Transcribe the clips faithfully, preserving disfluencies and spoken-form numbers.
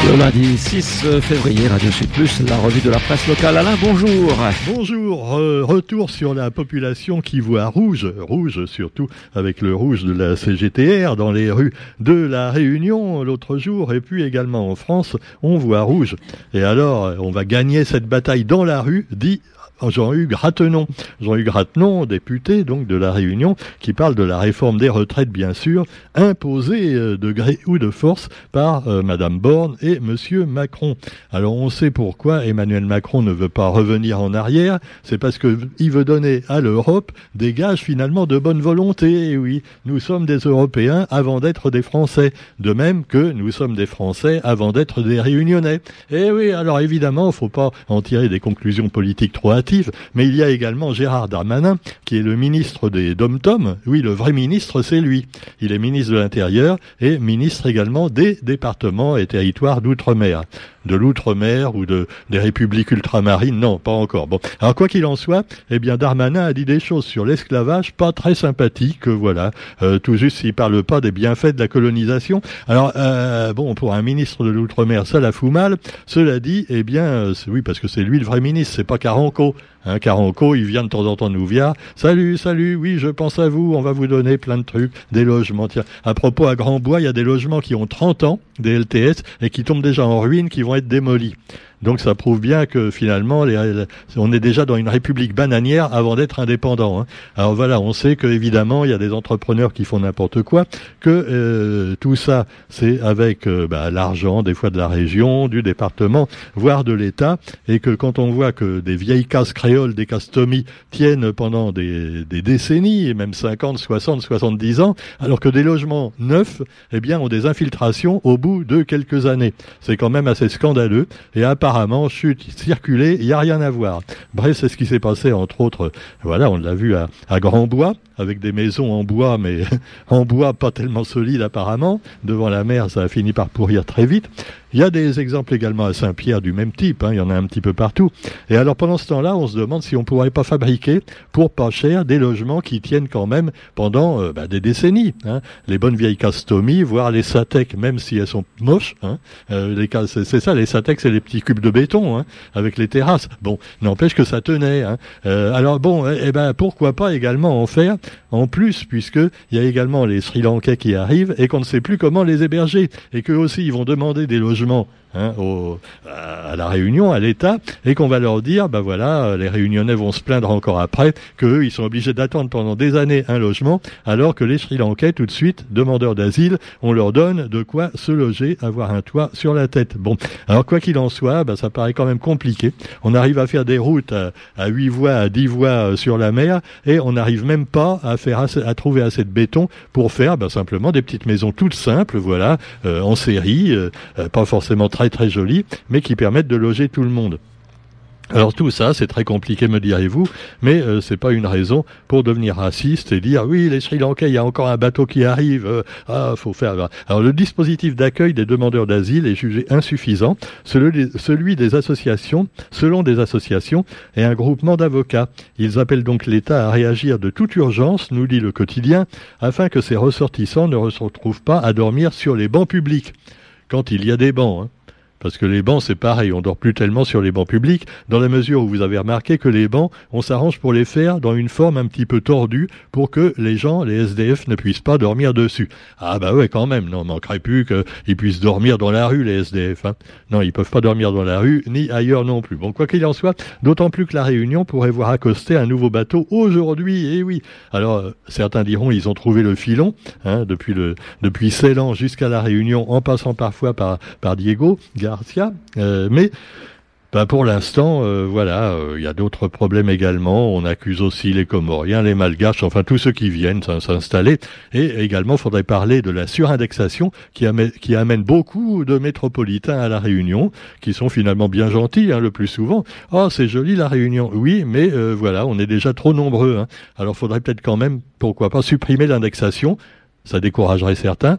Le lundi six février, Radio Sud Plus, la revue de la presse locale. Alain, bonjour. Bonjour, euh, retour sur la population qui voit rouge, rouge surtout avec le rouge de la C G T R dans les rues de la Réunion l'autre jour, et puis également en France, on voit rouge. Et alors, on va gagner cette bataille dans la rue, dit Jean-Hugues Ratenon. Jean-Hugues Ratenon, député donc de la Réunion, qui parle de la réforme des retraites, bien sûr, imposée euh, de gré ou de force par euh, Madame Borne et Monsieur Macron. Alors on sait pourquoi Emmanuel Macron ne veut pas revenir en arrière, c'est parce que il veut donner à l'Europe des gages finalement de bonne volonté. Et oui, nous sommes des Européens avant d'être des Français, de même que nous sommes des Français avant d'être des Réunionnais. Et oui, alors évidemment, il ne faut pas en tirer des conclusions politiques trop hâtives, mais il y a également Gérard Darmanin, qui est le ministre des Dom-Tom. Oui, le vrai ministre, c'est lui. Il est ministre de l'Intérieur et ministre également des départements et territoires d'outre-mer. De l'outre-mer ou de, des républiques ultramarines, non, pas encore. Bon, alors quoi qu'il en soit, eh bien Darmanin a dit des choses sur l'esclavage pas très sympathiques, voilà, euh, tout juste s'il parle pas des bienfaits de la colonisation. Alors, euh, bon, pour un ministre de l'outre-mer, ça la fout mal. Cela dit, eh bien, euh, oui, parce que c'est lui le vrai ministre, c'est pas Caranco. Hein, Caranco, il vient de temps en temps nous voir. Salut, salut, oui, je pense à vous, on va vous donner plein de trucs, des logements. Tiens, à propos, à Grand-Bois, il y a des logements qui ont trente ans, des L T S, et qui tombent déjà en ruine, qui vont être démolis. Donc ça prouve bien que finalement, les, on est déjà dans une république bananière avant d'être indépendant. Hein. Alors voilà, on sait que évidemment il y a des entrepreneurs qui font n'importe quoi, que euh, tout ça c'est avec euh, bah, l'argent des fois de la région, du département, voire de l'État, et que quand on voit que des vieilles cases créoles, des cases Tommy tiennent pendant des, des décennies, et même cinquante, soixante, soixante-dix ans, alors que des logements neufs, eh bien ont des infiltrations au bout de quelques années. C'est quand même assez scandaleux. Et à part Apparemment, chute, circuler, il n'y a rien à voir. Bref, c'est ce qui s'est passé, entre autres, voilà, on l'a vu à, à Grand-Bois, avec des maisons en bois, mais en bois pas tellement solides apparemment. Devant la mer, ça a fini par pourrir très vite. Il y a des exemples également à Saint-Pierre du même type, hein, il y en a un petit peu partout. Et alors pendant ce temps-là, on se demande si on pourrait pas fabriquer, pour pas cher, des logements qui tiennent quand même pendant euh, bah, des décennies. Hein. Les bonnes vieilles cases Tommy, voire les Satec, même si elles sont moches. Hein. Euh, les cases, c'est, c'est ça, les Satec, c'est les petits cubes de béton, hein, avec les terrasses. Bon, n'empêche que ça tenait. Hein. Euh, alors bon, eh, eh ben pourquoi pas également en faire en plus, puisque il y a également les Sri Lankais qui arrivent et qu'on ne sait plus comment les héberger, et qu'eux aussi ils vont demander des logements Hein, au, à la Réunion, à l'État, et qu'on va leur dire, bah voilà, les Réunionnais vont se plaindre encore après, qu'eux, ils sont obligés d'attendre pendant des années un logement, alors que les Sri Lankais, tout de suite, demandeurs d'asile, on leur donne de quoi se loger, avoir un toit sur la tête. Bon, alors quoi qu'il en soit, bah ça paraît quand même compliqué. On arrive à faire des routes à, à huit voies, à dix voies sur la mer, et on n'arrive même pas à faire assez, à trouver assez de béton pour faire, bah simplement des petites maisons toutes simples, voilà, euh, en série, euh, pas forcément très très jolies, mais qui permettent de loger tout le monde. Alors tout ça, c'est très compliqué, me direz-vous, mais euh, c'est pas une raison pour devenir raciste et dire oui, les Sri Lankais, il y a encore un bateau qui arrive, euh, ah, faut faire. Alors le dispositif d'accueil des demandeurs d'asile est jugé insuffisant, celui, celui des associations, selon des associations et un groupement d'avocats. Ils appellent donc l'État à réagir de toute urgence, nous dit le quotidien, afin que ces ressortissants ne se retrouvent pas à dormir sur les bancs publics. Quand il y a des bancs, hein. Parce que les bancs, c'est pareil, on dort plus tellement sur les bancs publics, dans la mesure où vous avez remarqué que les bancs, on s'arrange pour les faire dans une forme un petit peu tordue, pour que les gens, les S D F, ne puissent pas dormir dessus. Ah bah ouais, quand même, non, manquerait plus qu'ils puissent dormir dans la rue, les S D F. Hein. Non, ils peuvent pas dormir dans la rue, ni ailleurs non plus. Bon, quoi qu'il en soit, d'autant plus que la Réunion pourrait voir accoster un nouveau bateau aujourd'hui, et oui. Alors, euh, certains diront, ils ont trouvé le filon, hein, depuis le depuis Ceylan jusqu'à la Réunion, en passant parfois par, par Diego, Garcia, euh, mais ben pour l'instant, euh, voilà, il euh, y a d'autres problèmes également. On accuse aussi les Comoriens, les Malgaches, enfin tous ceux qui viennent s'installer. Et également, il faudrait parler de la surindexation qui amène, qui amène beaucoup de métropolitains à la Réunion, qui sont finalement bien gentils, hein, le plus souvent. Oh, c'est joli la Réunion. Oui, mais euh, voilà, on est déjà trop nombreux. Hein. Alors, il faudrait peut-être quand même, pourquoi pas, supprimer l'indexation. Ça découragerait certains.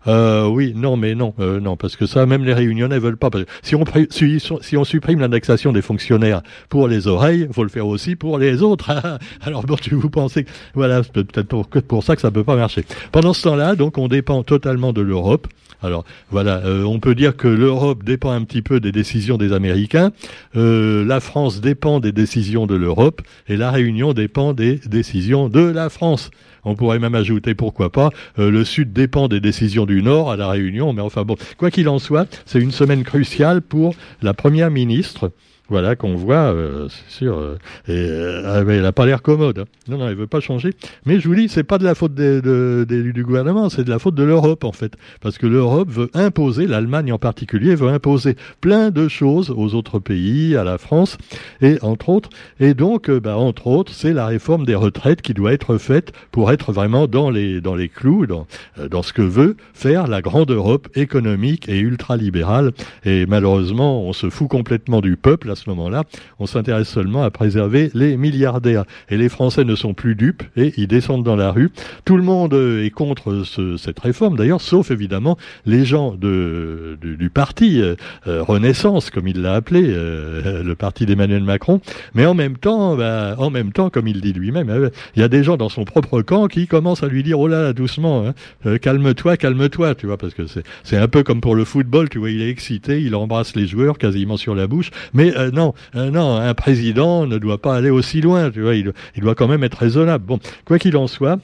Euh, oui, non, mais non, euh, non, parce que ça, même les Réunionnais veulent pas. Parce que si on si, si on supprime l'indexation des fonctionnaires pour les oreilles, faut le faire aussi pour les autres. Alors bon, tu vous pensez que voilà, c'est peut-être pour, pour ça que ça peut pas marcher. Pendant ce temps-là, donc, on dépend totalement de l'Europe. Alors voilà, euh, on peut dire que l'Europe dépend un petit peu des décisions des Américains, euh, la France dépend des décisions de l'Europe et la Réunion dépend des décisions de la France. On pourrait même ajouter, pourquoi pas, euh, le Sud dépend des décisions du Nord à la Réunion, mais enfin bon, quoi qu'il en soit, c'est une semaine cruciale pour la Première ministre. Voilà, qu'on voit, euh, c'est sûr, euh, et, euh, elle n'a pas l'air commode. Hein. Non, non, elle veut pas changer. Mais je vous dis, c'est pas de la faute des, de, des, du gouvernement, c'est de la faute de l'Europe, en fait. Parce que l'Europe veut imposer, l'Allemagne en particulier, veut imposer plein de choses aux autres pays, à la France, et entre autres. Et donc, euh, bah, entre autres, c'est la réforme des retraites qui doit être faite pour être vraiment dans les, dans les clous, dans, euh, dans ce que veut faire la grande Europe économique et ultralibérale. Et malheureusement, on se fout complètement du peuple à ce moment-là, on s'intéresse seulement à préserver les milliardaires. Et les Français ne sont plus dupes et ils descendent dans la rue. Tout le monde est contre ce, cette réforme, d'ailleurs, sauf évidemment les gens de, du, du parti euh, Renaissance, comme il l'a appelé, euh, le parti d'Emmanuel Macron. Mais en même temps, bah, en même temps, comme il dit lui-même, euh, il y a des gens dans son propre camp qui commencent à lui dire « Oh là là, doucement, hein, euh, calme-toi, calme-toi », tu vois, parce que c'est, c'est un peu comme pour le football, tu vois, il est excité, il embrasse les joueurs quasiment sur la bouche, mais euh, non, euh, non, un président ne doit pas aller aussi loin, tu vois, il, il doit quand même être raisonnable. Bon, quoi qu'il en soit,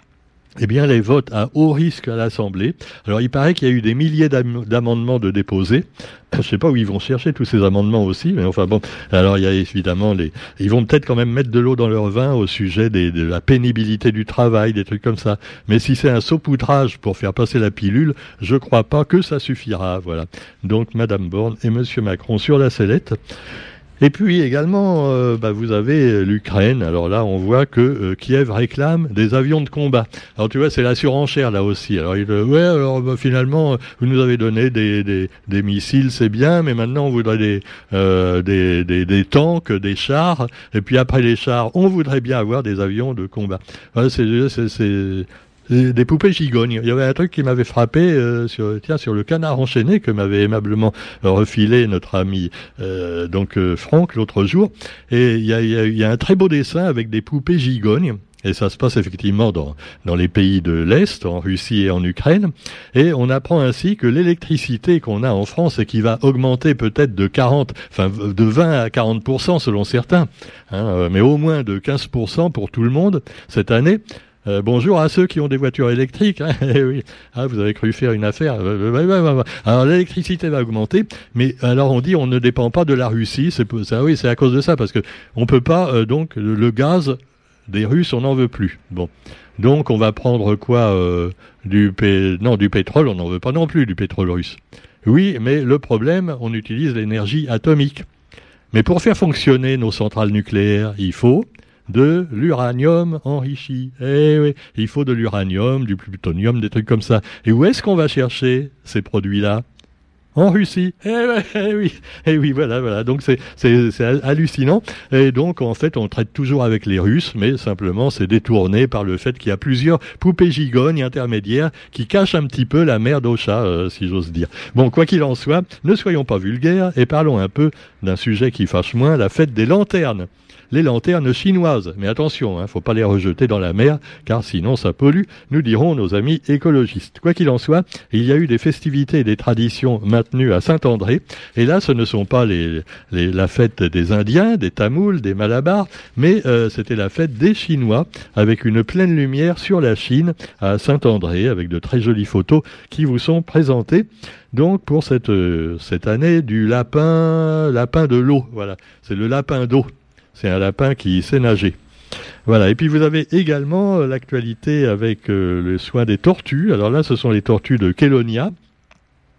eh bien, les votes à haut risque à l'Assemblée. Alors, il paraît qu'il y a eu des milliers d'am- d'amendements de déposés. Je sais pas où ils vont chercher tous ces amendements aussi, mais enfin bon. Alors, il y a évidemment les. Ils vont peut-être quand même mettre de l'eau dans leur vin au sujet des, de la pénibilité du travail, des trucs comme ça. Mais si c'est un saupoudrage pour faire passer la pilule, je crois pas que ça suffira. Voilà. Donc, Madame Borne et Monsieur Macron sur la sellette. Et puis également, euh, bah, vous avez l'Ukraine. Alors là, on voit que euh, Kiev réclame des avions de combat. Alors tu vois, c'est la surenchère là aussi. Alors il euh, ouais, alors bah, finalement, vous nous avez donné des, des, des missiles, c'est bien, mais maintenant on voudrait des, euh, des, des, des tanks, des chars. Et puis après les chars, on voudrait bien avoir des avions de combat. Voilà, c'est, c'est, c'est des poupées gigognes. Il y avait un truc qui m'avait frappé euh, sur, tiens, sur le Canard enchaîné que m'avait aimablement refilé notre ami euh, donc euh, Franck l'autre jour. Et il y a, y, a, y a un très beau dessin avec des poupées gigognes. Et ça se passe effectivement dans, dans les pays de l'Est, en Russie et en Ukraine. Et on apprend ainsi que l'électricité qu'on a en France et qui va augmenter peut-être de quarante, enfin de vingt à quarante pour cent selon certains, hein, mais au moins de quinze pour cent pour tout le monde cette année. Euh, bonjour à ceux qui ont des voitures électriques. Hein, oui. Ah, vous avez cru faire une affaire. Alors l'électricité va augmenter, mais alors on dit on ne dépend pas de la Russie. C'est ça, oui, c'est à cause de ça parce que on peut pas euh, donc le, le gaz des Russes, on n'en veut plus. Bon, donc on va prendre quoi euh, du p... non du pétrole, on n'en veut pas non plus du pétrole russe. Oui, mais le problème, on utilise l'énergie atomique. Mais pour faire fonctionner nos centrales nucléaires, il faut de l'uranium enrichi. Eh oui, il faut de l'uranium, du plutonium, des trucs comme ça. Et où est-ce qu'on va chercher ces produits-là ? En Russie. Eh, ouais, eh oui, eh oui, voilà, voilà. Donc c'est, c'est, c'est hallucinant. Et donc en fait, on traite toujours avec les Russes, mais simplement c'est détourné par le fait qu'il y a plusieurs poupées gigognes intermédiaires qui cachent un petit peu la merde au chat, euh, si j'ose dire. Bon, quoi qu'il en soit, ne soyons pas vulgaires et parlons un peu d'un sujet qui fâche moins, la fête des lanternes. Les lanternes chinoises. Mais attention, hein, faut pas les rejeter dans la mer, car sinon ça pollue, nous diront nos amis écologistes. Quoi qu'il en soit, il y a eu des festivités et des traditions maintenues à Saint-André, et là ce ne sont pas les, les, la fête des Indiens, des Tamouls, des Malabars, mais euh, c'était la fête des Chinois, avec une pleine lumière sur la Chine à Saint-André, avec de très jolies photos qui vous sont présentées. Donc pour cette, euh, cette année du lapin, lapin de l'eau, voilà, c'est le lapin d'eau. C'est un lapin qui sait nager. Voilà. Et puis vous avez également euh, l'actualité avec euh, le soin des tortues. Alors là, ce sont les tortues de Kélonia.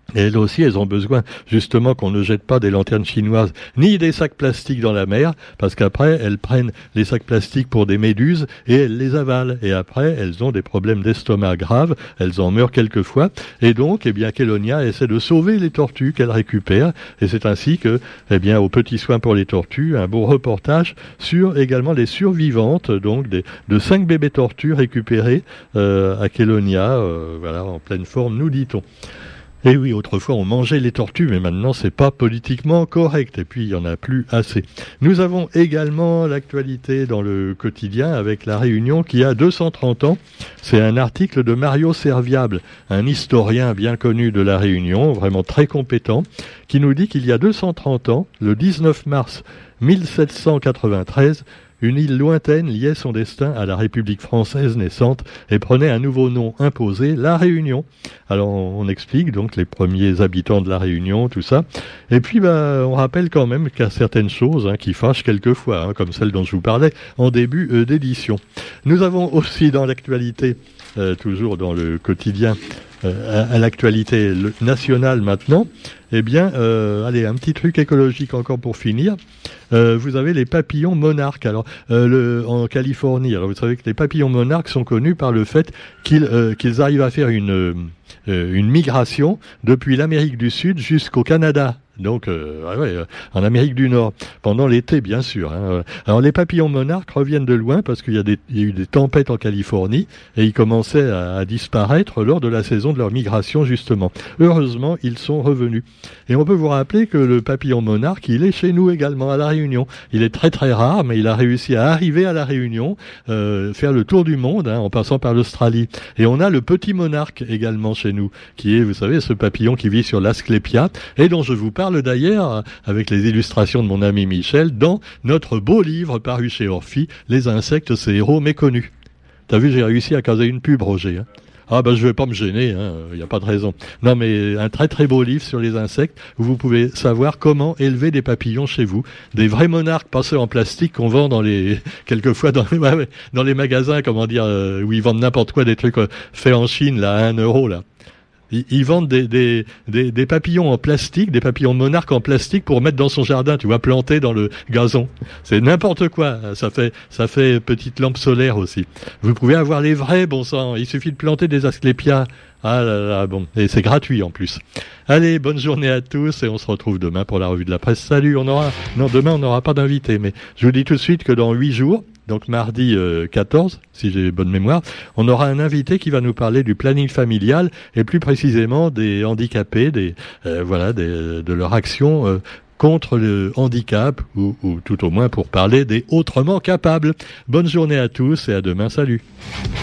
Et elles aussi, elles ont besoin justement qu'on ne jette pas des lanternes chinoises ni des sacs plastiques dans la mer, parce qu'après, elles prennent les sacs plastiques pour des méduses et elles les avalent. Et après, elles ont des problèmes d'estomac graves, elles en meurent quelquefois. Et donc, eh bien, Kelonia essaie de sauver les tortues qu'elle récupère. Et c'est ainsi que, eh bien, au Petit Soin pour les tortues, un beau reportage sur également les survivantes, donc des, de cinq bébés tortues récupérés euh, à Kelonia, euh, voilà, en pleine forme, nous dit-on. Et oui, autrefois on mangeait les tortues, mais maintenant c'est pas politiquement correct, et puis il y en a plus assez. Nous avons également l'actualité dans le quotidien avec La Réunion qui a deux cent trente ans. C'est un article de Mario Serviable, un historien bien connu de La Réunion, vraiment très compétent, qui nous dit qu'il y a deux cent trente ans, le dix-neuf mars mille sept cent quatre-vingt-treize, une île lointaine liait son destin à la République française naissante et prenait un nouveau nom imposé, La Réunion. Alors on explique donc les premiers habitants de La Réunion, tout ça. Et puis bah, on rappelle quand même qu'il y a certaines choses hein, qui fâchent quelquefois, hein, comme celle dont je vous parlais en début euh, d'édition. Nous avons aussi dans l'actualité, euh, toujours dans le quotidien, euh, à, à l'actualité nationale maintenant, eh bien, euh, allez, un petit truc écologique encore pour finir. Euh, vous avez les papillons monarques. Alors, euh, le, en Californie, alors vous savez que les papillons monarques sont connus par le fait qu'ils, euh, qu'ils arrivent à faire une, euh, une migration depuis l'Amérique du Sud jusqu'au Canada. Donc, euh, ouais, ouais, en Amérique du Nord, pendant l'été, bien sûr. Hein. Alors, les papillons monarques reviennent de loin parce qu'il y a, des, il y a eu des tempêtes en Californie et ils commençaient à, à disparaître lors de la saison de leur migration, justement. Heureusement, ils sont revenus. Et on peut vous rappeler que le papillon monarque, il est chez nous également, à La Réunion. Il est très très rare, mais il a réussi à arriver à La Réunion, euh, faire le tour du monde, hein, en passant par l'Australie. Et on a le petit monarque également chez nous, qui est, vous savez, ce papillon qui vit sur l'Asclépia et dont je vous parle parle d'ailleurs, avec les illustrations de mon ami Michel, dans notre beau livre paru chez Orphy, Les insectes, ces héros méconnus. T'as vu, j'ai réussi à caser une pub, Roger. Hein. Ah ben je vais pas me gêner, il hein, n'y a pas de raison. Non mais un très très beau livre sur les insectes, où vous pouvez savoir comment élever des papillons chez vous. Des vrais monarques passés en plastique qu'on vend dans les, quelquefois dans, ouais, ouais, dans les magasins, comment dire, euh, où ils vendent n'importe quoi, des trucs euh, faits en Chine, là, à un euro, là. Ils vendent des, des, des, des papillons en plastique, des papillons monarques en plastique pour mettre dans son jardin, tu vois, plantés dans le gazon. C'est n'importe quoi. Ça fait, ça fait petite lampe solaire aussi. Vous pouvez avoir les vrais, bon sang. Il suffit de planter des asclépias. Ah là là, bon. Et c'est gratuit en plus. Allez, bonne journée à tous et on se retrouve demain pour la revue de la presse. Salut, on aura, non, demain on n'aura pas d'invité, mais je vous dis tout de suite que dans huit jours, donc mardi euh, quatorze, si j'ai bonne mémoire, on aura un invité qui va nous parler du planning familial et plus précisément des handicapés, des euh, voilà, des, de leur action euh, contre le handicap ou, ou tout au moins pour parler des autrement capables. Bonne journée à tous et à demain, salut.